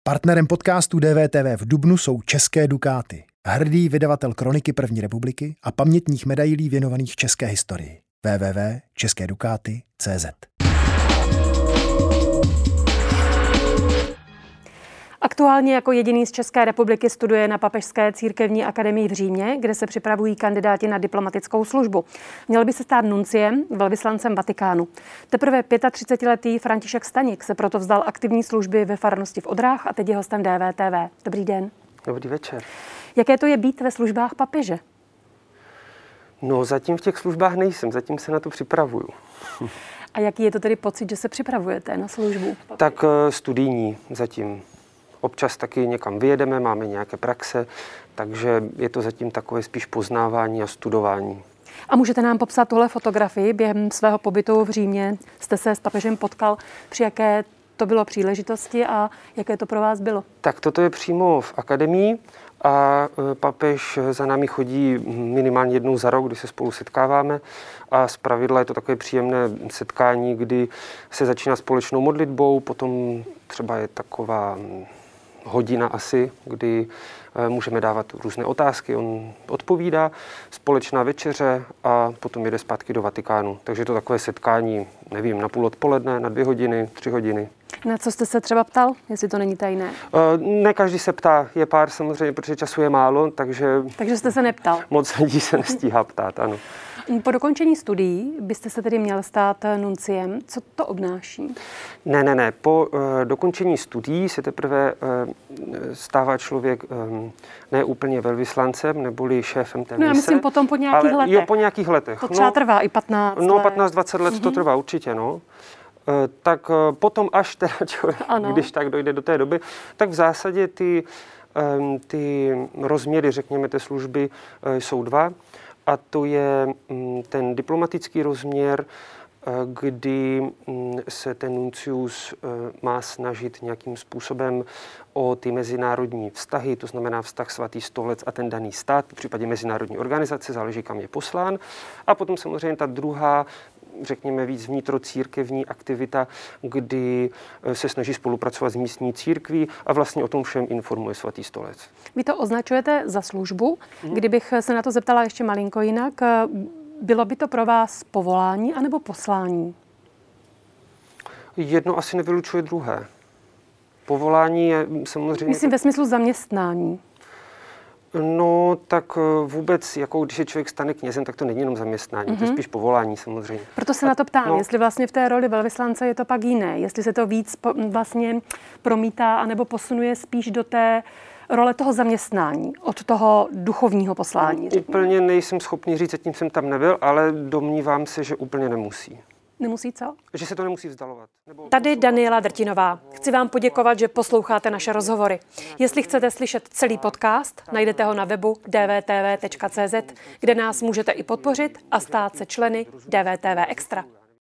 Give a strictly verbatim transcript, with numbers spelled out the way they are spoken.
Partnerem podcastu D V T V v dubnu jsou České Dukáty, hrdý vydavatel kroniky první republiky a pamětních medailí věnovaných české historii. w w w tečka české dukáty tečka c z. Aktuálně jako jediný z České republiky studuje na Papežské církevní akademii v Římě, kde se připravují kandidáti na diplomatickou službu. Měl by se stát nunciem, velvyslancem Vatikánu. Teprve třicetiletý František Staněk se proto vzdal aktivní služby ve farnosti v Odrách a teď je hostem D V T V. Dobrý den. Dobrý večer. Jaké to je být ve službách papeže? No, zatím v těch službách nejsem, zatím se na to připravuju. A jaký je to tedy pocit, že se připravujete na službu papeže? Tak studijní zatím. Občas taky někam vyjedeme, máme nějaké praxe, takže je to zatím takové spíš poznávání a studování. A můžete nám popsat tuhle fotografii? Během svého pobytu v Římě jste se s papežem potkal. Při jaké to bylo příležitosti a jaké to pro vás bylo? Tak toto je přímo v akademii a papež za námi chodí minimálně jednou za rok, kdy se spolu setkáváme a zpravidla je to takové příjemné setkání, kdy se začíná společnou modlitbou, potom třeba je taková hodina asi, kdy můžeme dávat různé otázky, on odpovídá, společná večeře a potom jede zpátky do Vatikánu. Takže je to takové setkání, nevím, na půl odpoledne, na dvě hodiny, tři hodiny. Na co jste se třeba ptal, jestli to není tajné? Ne každý se ptá, je pár samozřejmě, protože času je málo, takže... Takže jste se neptal? Moc lidí se nestíhá ptát, ano. Po dokončení studií byste se tedy měl stát nunciem. Co to obnáší? Ne, ne, ne. Po uh, dokončení studií se teprve uh, stává člověk um, ne úplně velvyslancem neboli šéfem té mise. No já myslím potom po nějakých ale, letech. Jo, po nějakých letech. To třeba no, trvá i patnáct No let. patnáct dvacet let mm-hmm. to trvá určitě, no. Uh, tak uh, potom až teda člověk, když tak dojde do té doby, tak v zásadě ty, um, ty rozměry, řekněme, té služby uh, jsou dva. A to je ten diplomatický rozměr, kdy se ten nuncius má snažit nějakým způsobem o ty mezinárodní vztahy, to znamená vztah svatý stolec a ten daný stát, v případě mezinárodní organizace, záleží, kam je poslán. A potom samozřejmě ta druhá, řekněme víc vnitrocírkevní aktivita, kdy se snaží spolupracovat s místní církví a vlastně o tom všem informuje svatý stolec. Vy to označujete za službu. Hmm. Kdybych se na to zeptala ještě malinko jinak, bylo by to pro vás povolání anebo poslání? Jedno asi nevylučuje druhé. Povolání je samozřejmě... Myslím ve smyslu zaměstnání. No, tak vůbec, jako když je člověk stane knězem, tak to není jenom zaměstnání, mm-hmm. to je spíš povolání samozřejmě. Proto se a, na to ptám, no, jestli vlastně v té roli velvyslance je to pak jiné, jestli se to víc po, vlastně promítá anebo posunuje spíš do té role toho zaměstnání, od toho duchovního poslání. No, úplně nejsem schopný říct, zatím jsem tam nebyl, ale domnívám se, že úplně nemusí. Nemusí co? Že se to nemusí vzdalovat. Nebo Tady Daniela Drtinová. Chci vám poděkovat, že posloucháte naše rozhovory. Jestli chcete slyšet celý podcast, najdete ho na webu d v t v tečka c z, kde nás můžete i podpořit a stát se členy D V T V Extra.